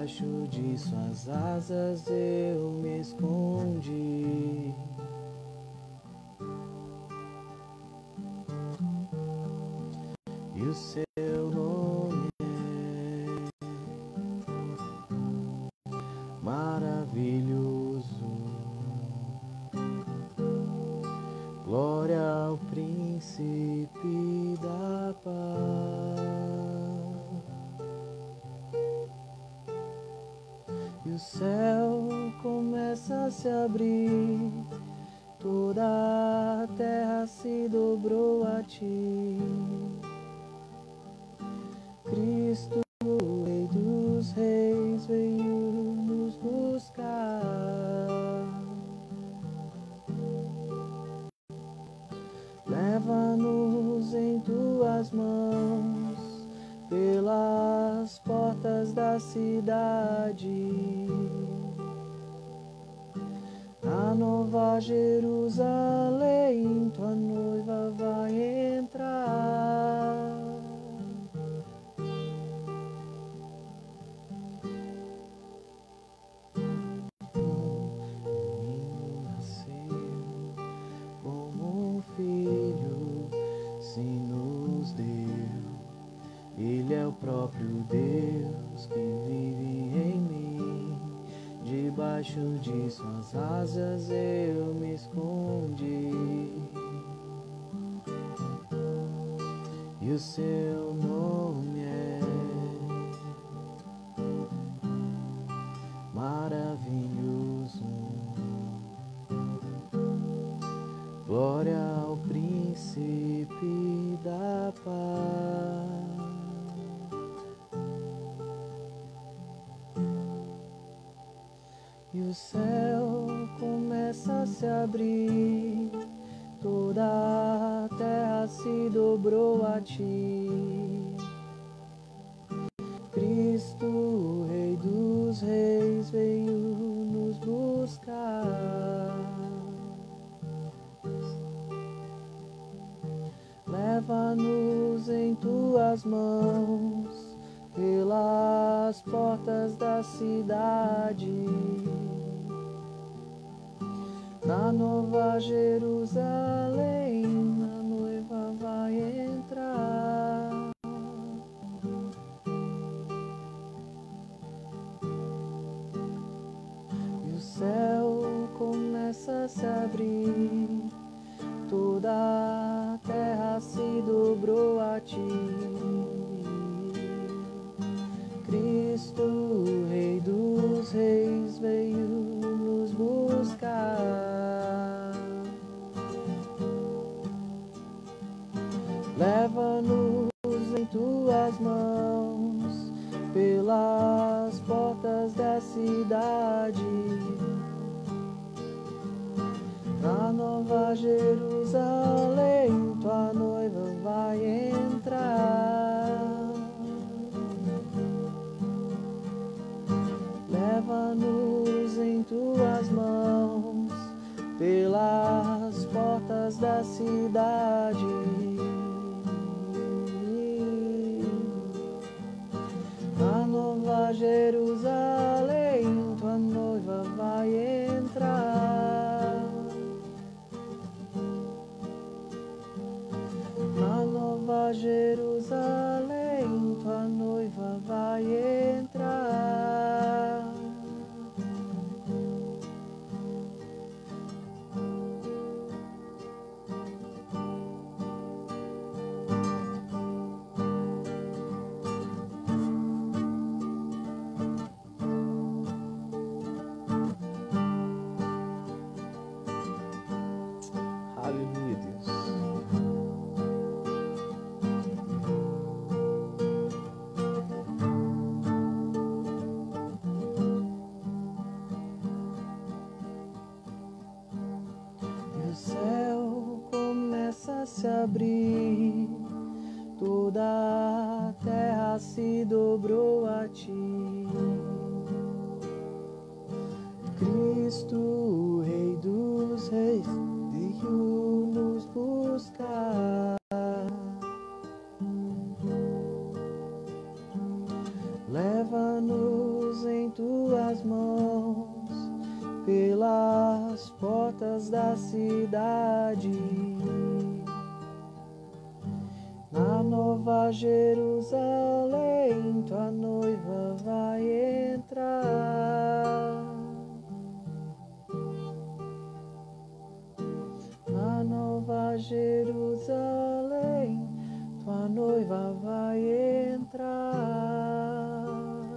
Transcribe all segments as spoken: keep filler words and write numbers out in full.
Debaixo de suas asas eu me escondi. E o seu nome é maravilhoso. Glória ao príncipe da paz. E o céu começa a se abrir, toda a terra se dobrou a ti. Cristo, o Rei dos Reis, veio nos buscar. Leva-nos em tuas mãos pelas portas da cidade. Na Nova Jerusalém, tua noiva vai entrar. Ele é o próprio Deus que vive em mim. Debaixo de suas asas eu me escondi. E o seu nome é maravilhoso. Glória ao príncipe da paz. E o céu começa a se abrir, toda a terra se dobrou a ti. Cristo, o Rei dos Reis, veio nos buscar. Leva-nos em tuas mãos pelas portas da cidade. Na Nova Jerusalém, a noiva vai entrar. E o céu começa a se abrir, toda a terra se dobrou a ti. Cristo, o Rei dos Reis, veio nos buscar. Leva-nos em tuas mãos pelas portas da cidade. Na Nova Jerusalém, tua noiva vai entrar. Leva-nos em tuas mãos pelas portas da cidade. Na Nova Jerusalém, tua noiva vai entrar. Na Nova Jerusalém, tua noiva vai entrar. Aleluia, Deus. E o céu começa a se abrir, toda a terra se dobrou a ti. Cristo, o Rei dos Reis, veio nos buscar. Leva-nos em mãos pelas portas da cidade. Na Nova Jerusalém, tua noiva vai entrar. Na Nova Jerusalém, tua noiva vai entrar.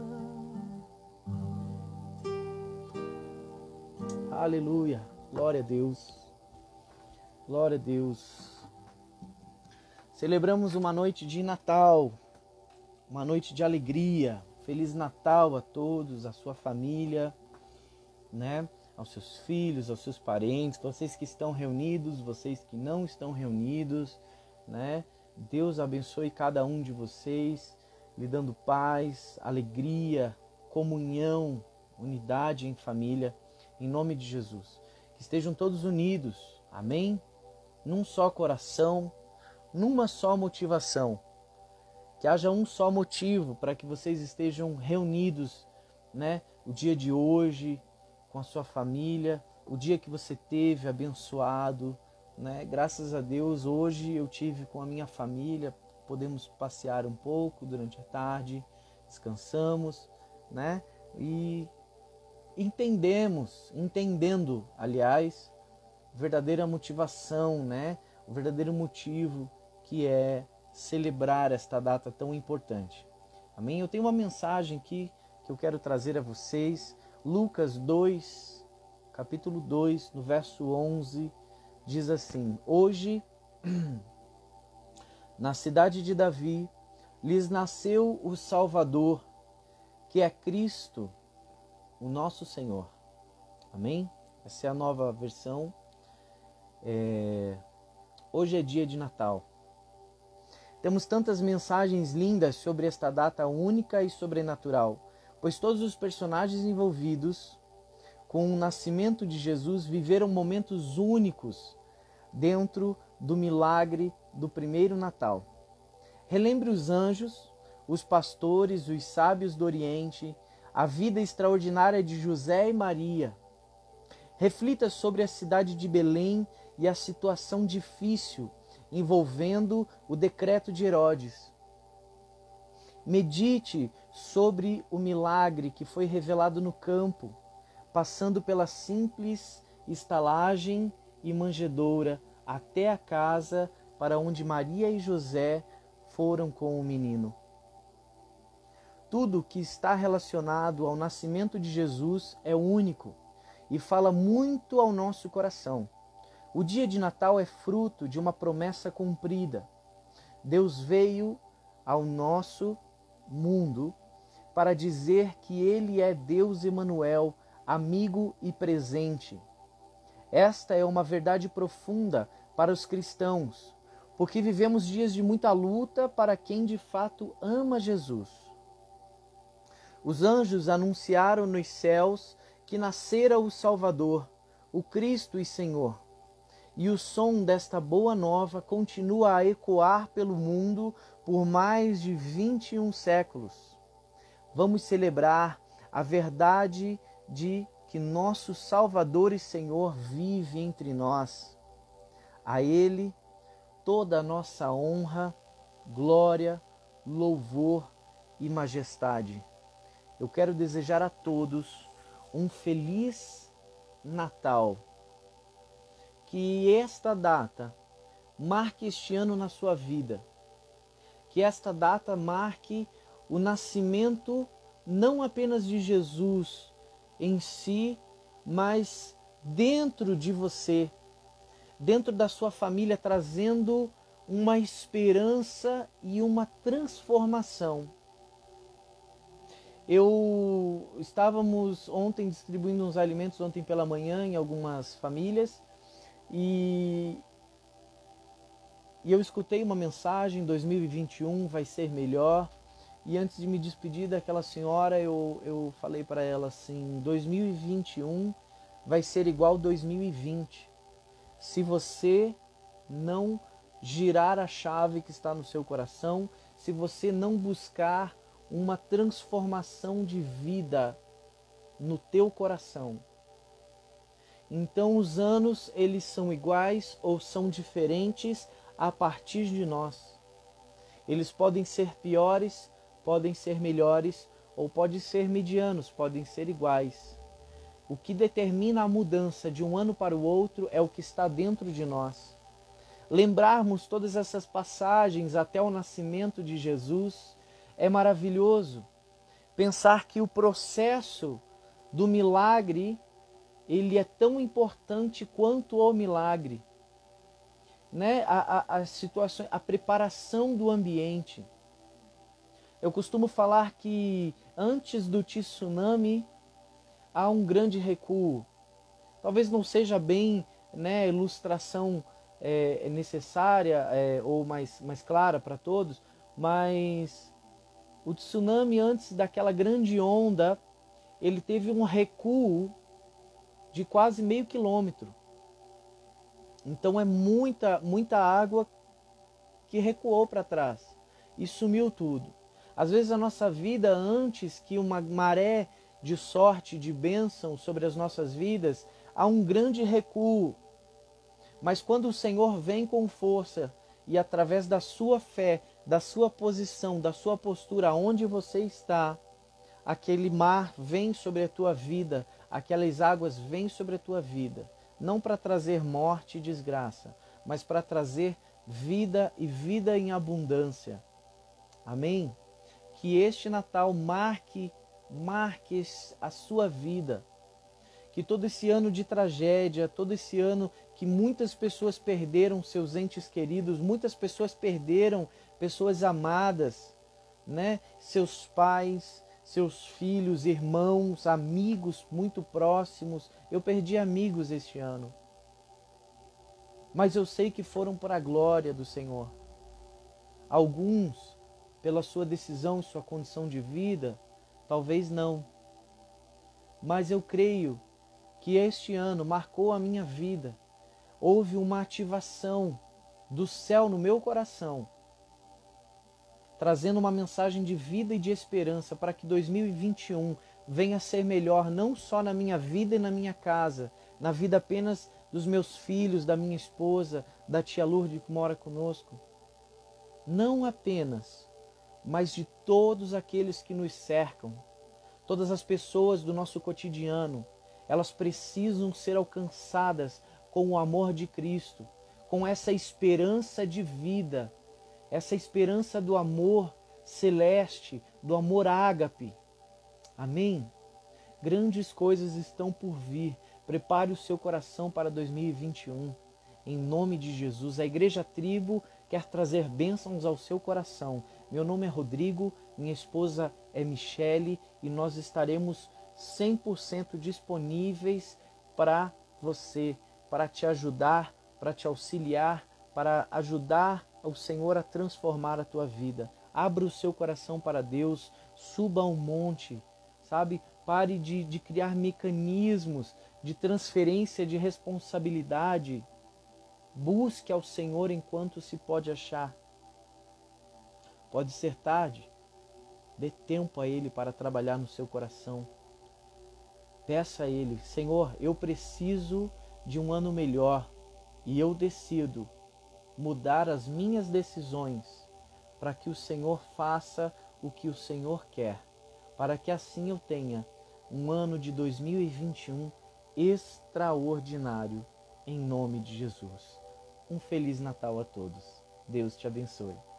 Aleluia, glória a Deus, glória a Deus. Celebramos uma noite de Natal, uma noite de alegria. Feliz Natal a todos, a sua família, né? Aos seus filhos, aos seus parentes, vocês que estão reunidos, vocês que não estão reunidos, né? Deus abençoe cada um de vocês, lhe dando paz, alegria, comunhão, unidade em família, em nome de Jesus. Que estejam todos unidos, amém? Num só coração, numa só motivação. Que haja um só motivo para que vocês estejam reunidos, né? O dia de hoje, com a sua família, o dia que você teve abençoado, né? Graças a Deus, hoje eu tive com a minha família, podemos passear um pouco durante a tarde, descansamos, né? E entendemos, entendendo, aliás, a verdadeira motivação, né? O verdadeiro motivo que é celebrar esta data tão importante. Amém? Eu tenho uma mensagem aqui que eu quero trazer a vocês. Lucas dois, capítulo dois, no verso onze, diz assim: Hoje, na cidade de Davi, lhes nasceu o Salvador, que é Cristo, o nosso Senhor. Amém? Essa é a nova versão. É... Hoje é dia de Natal. Temos tantas mensagens lindas sobre esta data única e sobrenatural, pois todos os personagens envolvidos com o nascimento de Jesus viveram momentos únicos dentro do milagre do primeiro Natal. Relembre os anjos, os pastores, os sábios do Oriente, a vida extraordinária de José e Maria. Reflita sobre a cidade de Belém e a situação difícil envolvendo o decreto de Herodes. Medite sobre o milagre que foi revelado no campo, passando pela simples estalagem e manjedoura até a casa para onde Maria e José foram com o menino. Tudo que está relacionado ao nascimento de Jesus é único e fala muito ao nosso coração. O dia de Natal é fruto de uma promessa cumprida. Deus veio ao nosso mundo para dizer que Ele é Deus Emanuel, amigo e presente. Esta é uma verdade profunda para os cristãos, porque vivemos dias de muita luta para quem de fato ama Jesus. Os anjos anunciaram nos céus que nascera o Salvador, o Cristo e Senhor. E o som desta boa nova continua a ecoar pelo mundo por mais de vinte e um séculos. Vamos celebrar a verdade de que nosso Salvador e Senhor vive entre nós. A Ele toda a nossa honra, glória, louvor e majestade. Eu quero desejar a todos um feliz Natal. Que esta data marque este ano na sua vida. Que esta data marque o nascimento não apenas de Jesus em si, mas dentro de você, dentro da sua família, trazendo uma esperança e uma transformação. Eu estávamos ontem distribuindo uns alimentos ontem pela manhã em algumas famílias e, e eu escutei uma mensagem: dois mil e vinte e um vai ser melhor. E antes de me despedir daquela senhora, eu, eu falei para ela assim: dois mil e vinte e um vai ser igual dois mil e vinte. Se você não girar a chave que está no seu coração, se você não buscar uma transformação de vida no teu coração. Então os anos, eles são iguais ou são diferentes a partir de nós. Eles podem ser piores, podem ser melhores, ou podem ser medianos, podem ser iguais. O que determina a mudança de um ano para o outro é o que está dentro de nós. Lembrarmos todas essas passagens até o nascimento de Jesus é maravilhoso. Pensar que o processo do milagre, ele é tão importante quanto o milagre. Né? A, a, a situação, a preparação do ambiente. Eu costumo falar que antes do tsunami há um grande recuo. Talvez não seja bem, né, ilustração é, necessária é, ou mais, mais clara para todos, mas o tsunami, antes daquela grande onda, ele teve um recuo de quase meio quilômetro. Então é muita, muita água que recuou para trás e sumiu tudo. Às vezes a nossa vida, antes que uma maré de sorte, de bênção sobre as nossas vidas, há um grande recuo. Mas quando o Senhor vem com força e através da sua fé, da sua posição, da sua postura, onde você está, aquele mar vem sobre a tua vida, aquelas águas vêm sobre a tua vida, não para trazer morte e desgraça, mas para trazer vida e vida em abundância. Amém? Que este Natal marque, marque a sua vida. Que todo esse ano de tragédia, todo esse ano que muitas pessoas perderam seus entes queridos, muitas pessoas perderam pessoas amadas, né? Seus pais, seus filhos, irmãos, amigos muito próximos. Eu perdi amigos este ano. Mas eu sei que foram para a glória do Senhor. Alguns, pela sua decisão e sua condição de vida, talvez não. Mas eu creio que este ano marcou a minha vida. Houve uma ativação do céu no meu coração, trazendo uma mensagem de vida e de esperança para que dois mil e vinte e um venha a ser melhor, não só na minha vida e na minha casa, na vida apenas dos meus filhos, da minha esposa, da tia Lourdes que mora conosco. Não apenas, mas de todos aqueles que nos cercam, todas as pessoas do nosso cotidiano. Elas precisam ser alcançadas com o amor de Cristo, com essa esperança de vida, essa esperança do amor celeste, do amor ágape. Amém? Grandes coisas estão por vir. Prepare o seu coração para dois mil e vinte e um. Em nome de Jesus, a Igreja Tribo quer trazer bênçãos ao seu coração. Meu nome é Rodrigo, minha esposa é Michele e nós estaremos cem por cento disponíveis para você, para te ajudar, para te auxiliar, para ajudar o Senhor a transformar a tua vida. Abra o seu coração para Deus, suba ao monte, sabe? Pare de, de criar mecanismos de transferência de responsabilidade. Busque ao Senhor enquanto se pode achar. Pode ser tarde. Dê tempo a Ele para trabalhar no seu coração. Peça a Ele, Senhor, eu preciso de um ano melhor e eu decido mudar as minhas decisões para que o Senhor faça o que o Senhor quer, para que assim eu tenha um ano de dois mil e vinte e um extraordinário, em nome de Jesus. Um Feliz Natal a todos. Deus te abençoe.